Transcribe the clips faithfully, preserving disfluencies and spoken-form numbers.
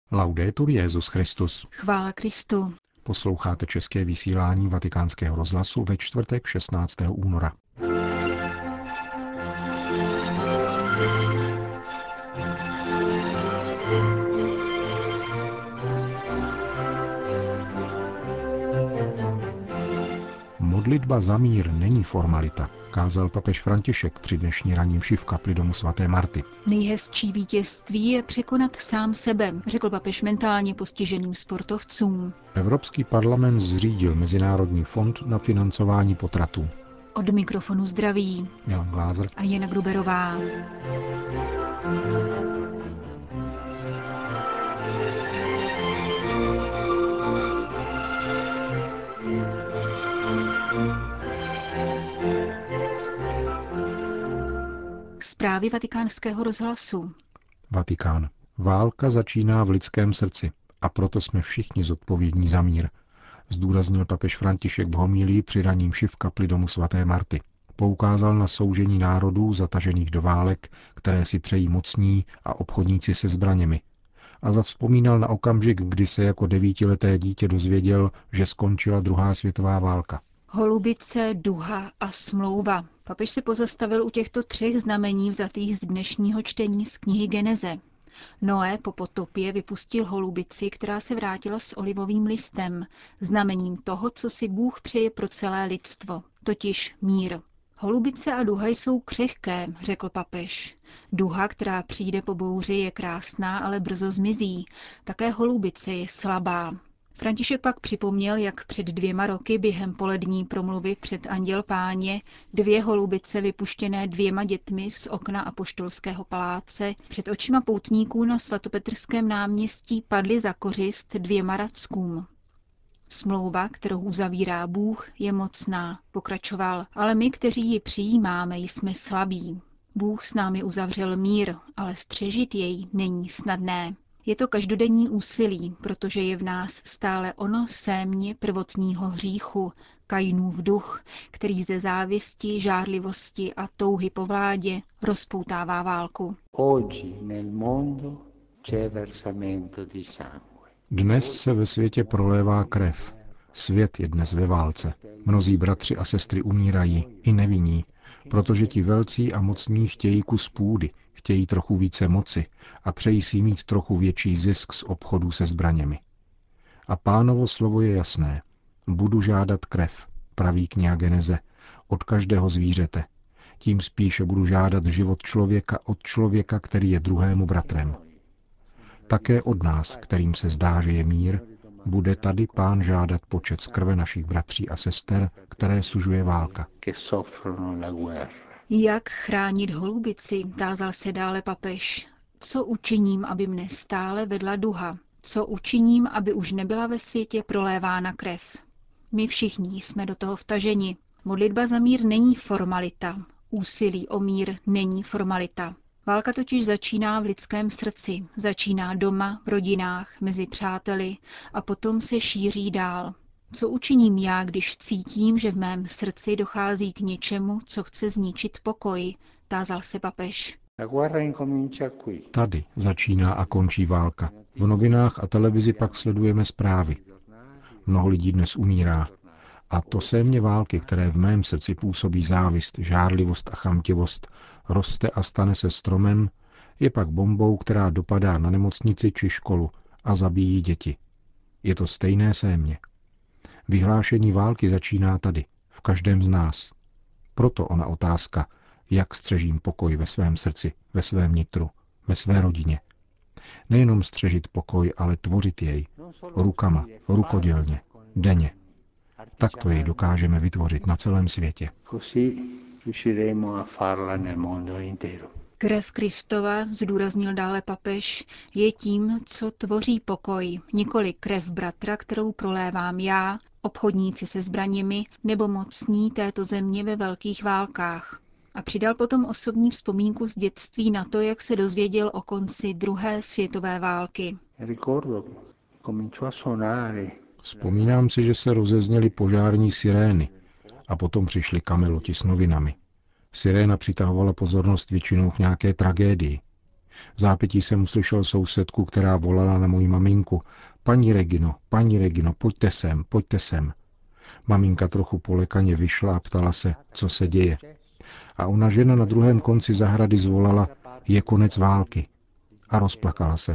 Laudetur Jesus Christus. Chvála Kristu. Posloucháte české vysílání Vatikánského rozhlasu ve čtvrtek šestnáctého února. Modlitba za mír není formalita, kázal papež František při dnešní ranní mši v kapli domu svaté Marty. Nejhezčí vítězství je překonat sám sebe, řekl papež mentálně postiženým sportovcům. Evropský parlament zřídil Mezinárodní fond na financování potratů. Od mikrofonu zdraví Milan Glázer a Jana Gruberová. Zprávy Vatikánského rozhlasu. Vatikán. Válka začíná v lidském srdci a proto jsme všichni zodpovědní za mír, zdůraznil papež František v homilii při ranní mši v kapli domu svaté Marty. Poukázal na soužení národů zatažených do válek, které si přejí mocní a obchodníci se zbraněmi. A zavzpomínal na okamžik, kdy se jako devítileté dítě dozvěděl, že skončila druhá světová válka. Holubice, duha a smlouva. Papež se pozastavil u těchto třech znamení vzatých z dnešního čtení z knihy Geneze. Noé po potopě vypustil holubici, která se vrátila s olivovým listem, znamením toho, co si Bůh přeje pro celé lidstvo, totiž mír. Holubice a duha jsou křehké, řekl papež. Duha, která přijde po bouři, je krásná, ale brzo zmizí. Také holubice je slabá. František pak připomněl, jak před dvěma roky během polední promluvy před Anděl Páně dvě holubice vypuštěné dvěma dětmi z okna apoštolského paláce před očima poutníků na svatopetrském náměstí padly za kořist dvěma rackům. Smlouva, kterou uzavírá Bůh, je mocná, pokračoval, ale my, kteří ji přijímáme, jsme slabí. Bůh s námi uzavřel mír, ale střežit jej není snadné. Je to každodenní úsilí, protože je v nás stále ono sémě prvotního hříchu, Kainův duch, který ze závisti, žárlivosti a touhy po vládě rozpoutává válku. Dnes se ve světě prolévá krev. Svět je dnes ve válce. Mnozí bratři a sestry umírají, i nevinní, protože ti velcí a mocní chtějí kus půdy, chtějí trochu více moci a přejí si mít trochu větší zisk z obchodu se zbraněmi. A Pánovo slovo je jasné. Budu žádat krev, praví kniha Geneze, od každého zvířete. Tím spíše budu žádat život člověka od člověka, který je druhému bratrem. Také od nás, kterým se zdá, že je mír, bude tady Pán žádat počet z krve našich bratří a sester, které sužuje válka. Jak chránit holubici, tázal se dále papež. Co učiním, aby mne stále vedla duha? Co učiním, aby už nebyla ve světě prolévána krev? My všichni jsme do toho vtaženi. Modlitba za mír není formalita. Úsilí o mír není formalita. Válka totiž začíná v lidském srdci, začíná doma, v rodinách, mezi přáteli a potom se šíří dál. Co učiním já, když cítím, že v mém srdci dochází k něčemu, co chce zničit pokoj, tázal se papež. Tady začíná a končí válka. V novinách a televizi pak sledujeme zprávy. Mnoho lidí dnes umírá. A to sémě války, které v mém srdci působí závist, žárlivost a chamtivost, roste a stane se stromem, je pak bombou, která dopadá na nemocnici či školu a zabíjí děti. Je to stejné sémě. Vyhlášení války začíná tady, v každém z nás. Proto ona otázka, jak střežím pokoj ve svém srdci, ve svém nitru, ve své rodině. Nejenom střežit pokoj, ale tvořit jej. Rukama, rukodělně, denně. Tak to jej dokážeme vytvořit na celém světě. Krev Kristova, zdůraznil dále papež, je tím, co tvoří pokoj, nikoli krev bratra, kterou prolévám já, obchodníci se zbraněmi nebo mocní této země ve velkých válkách. A přidal potom osobní vzpomínku z dětství na to, jak se dozvěděl o konci druhé světové války. Vzpomínám si, že se rozezněly požární sirény a potom přišli kameloti s novinami. Siréna přitahovala pozornost většinou k nějaké tragédii. V zápětí jsem uslyšel sousedku, která volala na moji maminku. Paní Regino, paní Regino, pojďte sem, pojďte sem. Maminka trochu polekaně vyšla a ptala se, co se děje. A ona žena na druhém konci zahrady zvolala, je konec války. A rozplakala se.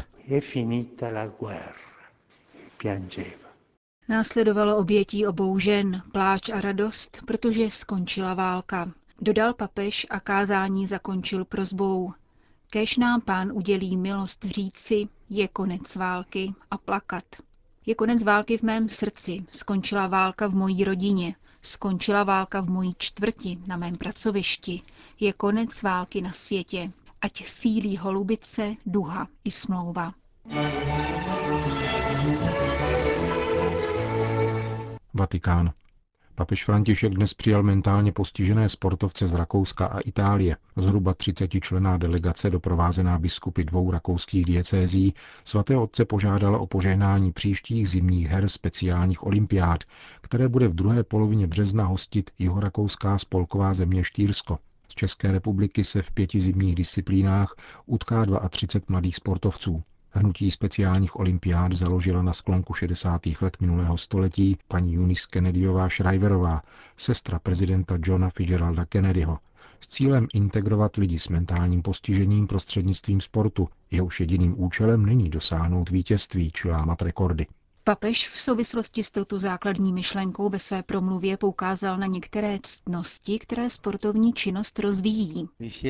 Následovalo obětí obou žen, pláč a radost, protože skončila válka. Dodal papež a kázání zakončil prosbou. Kéž nám Pán udělí milost říci, je konec války a plakat. Je konec války v mém srdci, skončila válka v mojí rodině, skončila válka v mojí čtvrti, na mém pracovišti, je konec války na světě, ať sílí holubice, duha i smlouva. Vatikán. Papež František dnes přijal mentálně postižené sportovce z Rakouska a Itálie. Zhruba třicetičlenná delegace doprovázená biskupy dvou rakouských diecézí svatého otce požádala o požehnání příštích zimních her speciálních olympiád, které bude v druhé polovině března hostit jihorakouská spolková země Štýrsko. Z České republiky se v pěti zimních disciplínách utká třicet dva mladých sportovců. Hnutí speciálních olympiád založila na sklonku šedesátých let minulého století paní Eunice Kennedyová Shriverová, sestra prezidenta Johna Fitzgeralda Kennedyho, s cílem integrovat lidi s mentálním postižením prostřednictvím sportu. Jehož jediným účelem není dosáhnout vítězství či lámat rekordy. Papež v souvislosti s touto základní myšlenkou ve své promluvě poukázal na některé ctnosti, které sportovní činnost rozvíjí.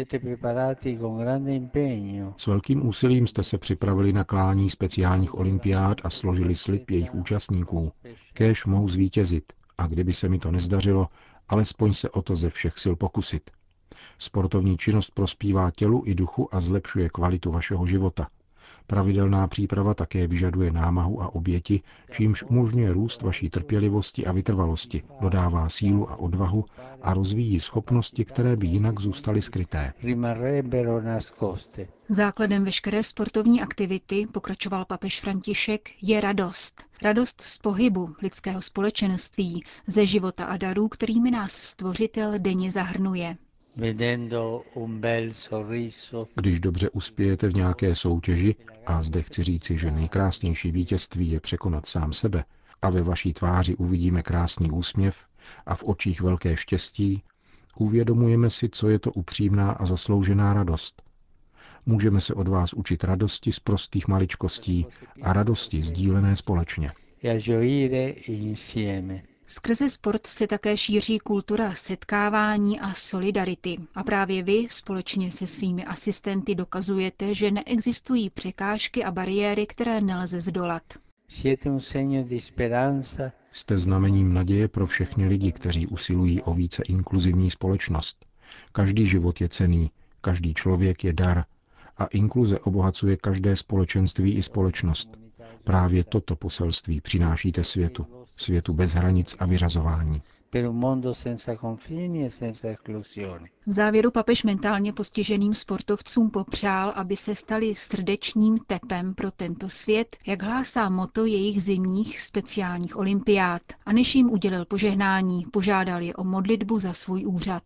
S velkým úsilím jste se připravili na klání speciálních olympiád a složili slib jejich účastníků. Kéž mohou zvítězit a kdyby se mi to nezdařilo, alespoň se o to ze všech sil pokusit. Sportovní činnost prospívá tělu i duchu a zlepšuje kvalitu vašeho života. Pravidelná příprava také vyžaduje námahu a oběti, čímž umožňuje růst vaší trpělivosti a vytrvalosti, dodává sílu a odvahu a rozvíjí schopnosti, které by jinak zůstaly skryté. Základem veškeré sportovní aktivity, pokračoval papež František, je radost. Radost z pohybu, lidského společenství, ze života a darů, kterými nás Stvořitel denně zahrnuje. Když dobře uspějete v nějaké soutěži, a zde chci říci, že nejkrásnější vítězství je překonat sám sebe, a ve vaší tváři uvidíme krásný úsměv a v očích velké štěstí, uvědomujeme si, co je to upřímná a zasloužená radost. Můžeme se od vás učit radosti z prostých maličkostí a radosti sdílené společně. Skrze sport se také šíří kultura setkávání a solidarity. A právě vy společně se svými asistenty dokazujete, že neexistují překážky a bariéry, které nelze zdolat. Jste znamením naděje pro všechny lidi, kteří usilují o více inkluzivní společnost. Každý život je cenný, každý člověk je dar a inkluze obohacuje každé společenství i společnost. Právě toto poselství přinášíte světu. Světu bez hranic a vyřazování. V závěru papež mentálně postiženým sportovcům popřál, aby se stali srdečním tepem pro tento svět, jak hlásá motto jejich zimních speciálních olympiád. A než jim udělil požehnání, požádal je o modlitbu za svůj úřad.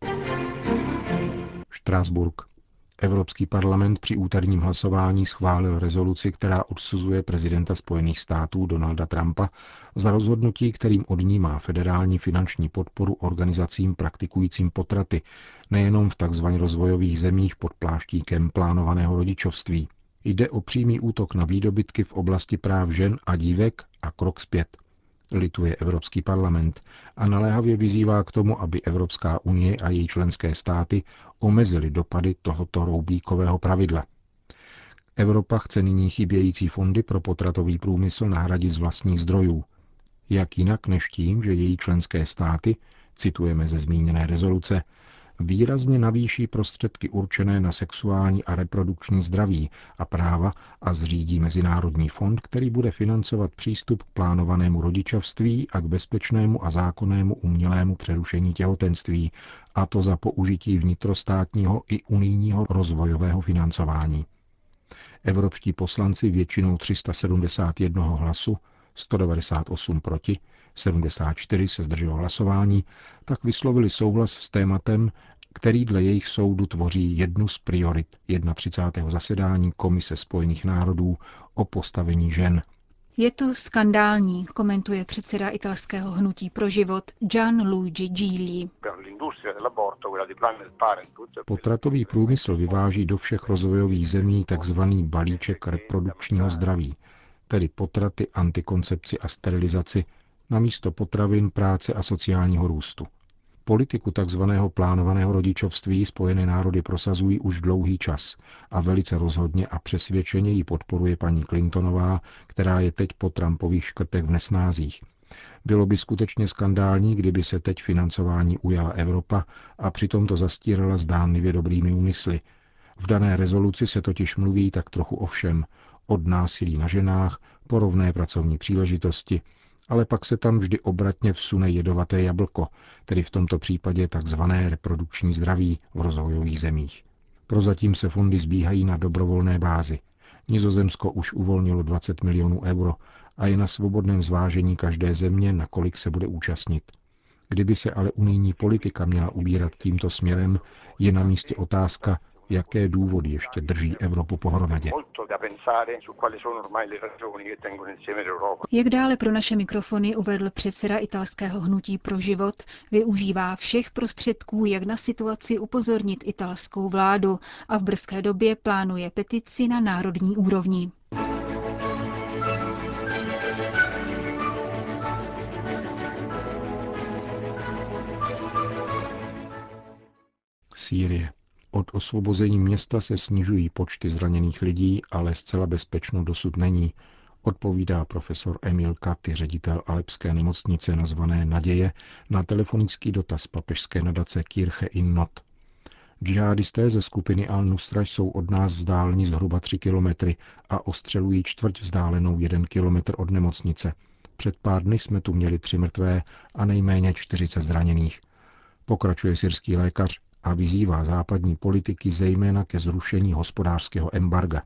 Štrasburk. Evropský parlament při úterním hlasování schválil rezoluci, která odsuzuje prezidenta Spojených států Donalda Trumpa za rozhodnutí, kterým odnímá federální finanční podporu organizacím praktikujícím potraty, nejenom v tzv. Rozvojových zemích pod pláštíkem plánovaného rodičovství. Jde o přímý útok na výdobytky v oblasti práv žen a dívek a krok zpět. Lituje Evropský parlament a naléhavě vyzývá k tomu, aby Evropská unie a její členské státy omezily dopady tohoto roubíkového pravidla. Evropa chce nyní chybějící fondy pro potratový průmysl nahradit z vlastních zdrojů. Jak jinak než tím, že její členské státy, citujeme ze zmíněné rezoluce, výrazně navýší prostředky určené na sexuální a reprodukční zdraví a práva a zřídí mezinárodní fond, který bude financovat přístup k plánovanému rodičovství a k bezpečnému a zákonnému umělému přerušení těhotenství, a to za použití vnitrostátního i unijního rozvojového financování. Evropští poslanci většinou tři sta sedmdesát jedna hlasu, sto devadesát osm proti, sedmdesát čtyři se zdrželo hlasování, tak vyslovili souhlas s tématem, který dle jejich soudu tvoří jednu z priorit třicátého prvního zasedání Komise Spojených národů o postavení žen. Je to skandální, komentuje předseda italského hnutí pro život Gianluigi Gigli. Potratový průmysl vyváží do všech rozvojových zemí tzv. Balíček reprodukčního zdraví, tedy potraty, antikoncepci a sterilizaci, namísto potravin, práce a sociálního růstu. Politiku tzv. Plánovaného rodičovství Spojené národy prosazují už dlouhý čas a velice rozhodně a přesvědčeně ji podporuje paní Clintonová, která je teď po Trumpových škrtech v nesnázích. Bylo by skutečně skandální, kdyby se teď financování ujala Evropa a přitom to zastírala zdánlivě dobrými úmysly. V dané rezoluci se totiž mluví tak trochu o všem, od násilí na ženách po rovné pracovní příležitosti, ale pak se tam vždy obratně vsune jedovaté jablko, tedy v tomto případě takzvané reprodukční zdraví v rozvojových zemích. Prozatím se fondy sbíhají na dobrovolné bázi. Nizozemsko už uvolnilo dvacet milionů euro a je na svobodném zvážení každé země, nakolik se bude účastnit. Kdyby se ale unijní politika měla ubírat tímto směrem, je na místě otázka, jaké důvody ještě drží Evropu pohromadě. Jak dále pro naše mikrofony uvedl předseda italského hnutí pro život, využívá všech prostředků, jak na situaci upozornit italskou vládu a v brzké době plánuje petici na národní úrovni. Sýrie. Od osvobození města se snižují počty zraněných lidí, ale zcela bezpečno dosud není, odpovídá profesor Emil Katy, ředitel alepské nemocnice nazvané Naděje, na telefonický dotaz papežské nadace Kirche in Not. Džihadisté ze skupiny Al-Nusra jsou od nás vzdáleni zhruba tři kilometry a ostřelují čtvrť vzdálenou jeden kilometr od nemocnice. Před pár dny jsme tu měli tři mrtvé a nejméně čtyřicet zraněných. Pokračuje syrský lékař a vyzývá západní politiky zejména ke zrušení hospodářského embarga.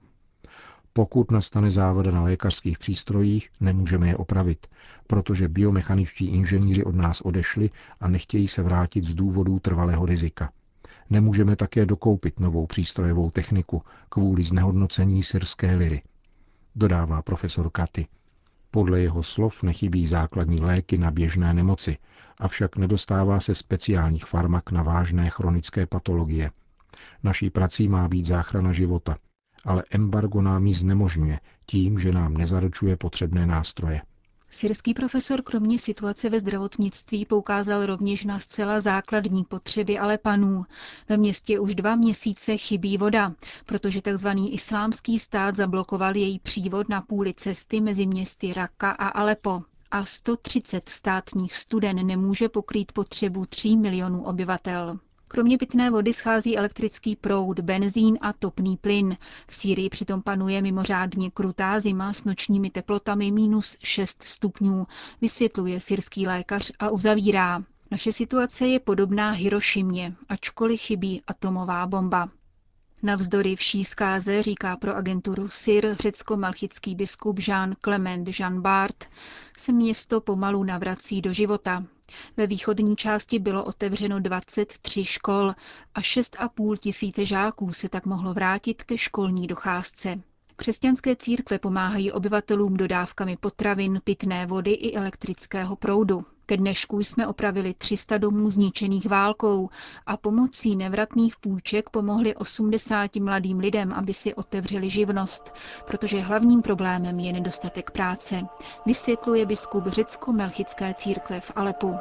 Pokud nastane závada na lékařských přístrojích, nemůžeme je opravit, protože biomechaničtí inženýři od nás odešli a nechtějí se vrátit z důvodů trvalého rizika. Nemůžeme také dokoupit novou přístrojovou techniku kvůli znehodnocení syrské liry, dodává profesor Katy. Podle jeho slov nechybí základní léky na běžné nemoci, avšak nedostává se speciálních farmak na vážné chronické patologie. Naší prací má být záchrana života, ale embargo nám ji znemožňuje tím, že nám nezaručuje potřebné nástroje. Syrský profesor kromě situace ve zdravotnictví poukázal rovněž na zcela základní potřeby Alepanů. Ve městě už dva měsíce chybí voda, protože tzv. Islámský stát zablokoval její přívod na půli cesty mezi městy Raka a Alepo. A sto třicet státních studen nemůže pokrýt potřebu tří milionů obyvatel. Kromě pitné vody schází elektrický proud, benzín a topný plyn. V Sýrii přitom panuje mimořádně krutá zima s nočními teplotami minus šest stupňů, vysvětluje syrský lékař a uzavírá. Naše situace je podobná Hirošimě, ačkoliv chybí atomová bomba. Navzdory vší zkáze, říká pro agenturu S Y R řecko-malchický biskup Jean Clement Jean Bart, se město pomalu navrací do života. Ve východní části bylo otevřeno dvacet tři škol a šest a půl tisíce žáků se tak mohlo vrátit ke školní docházce. Křesťanské církve pomáhají obyvatelům dodávkami potravin, pitné vody i elektrického proudu. Ke dnešku jsme opravili tři sta domů zničených válkou a pomocí nevratných půjček pomohli osmdesáti mladým lidem, aby si otevřeli živnost, protože hlavním problémem je nedostatek práce, vysvětluje biskup řecko-melchické církve v Alepu.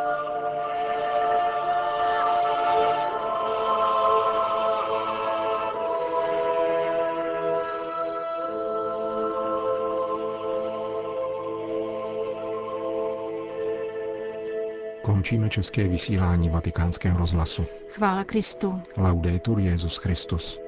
Končíme české vysílání Vatikánského rozhlasu. Chvála Kristu. Laudetur Jesus Christus.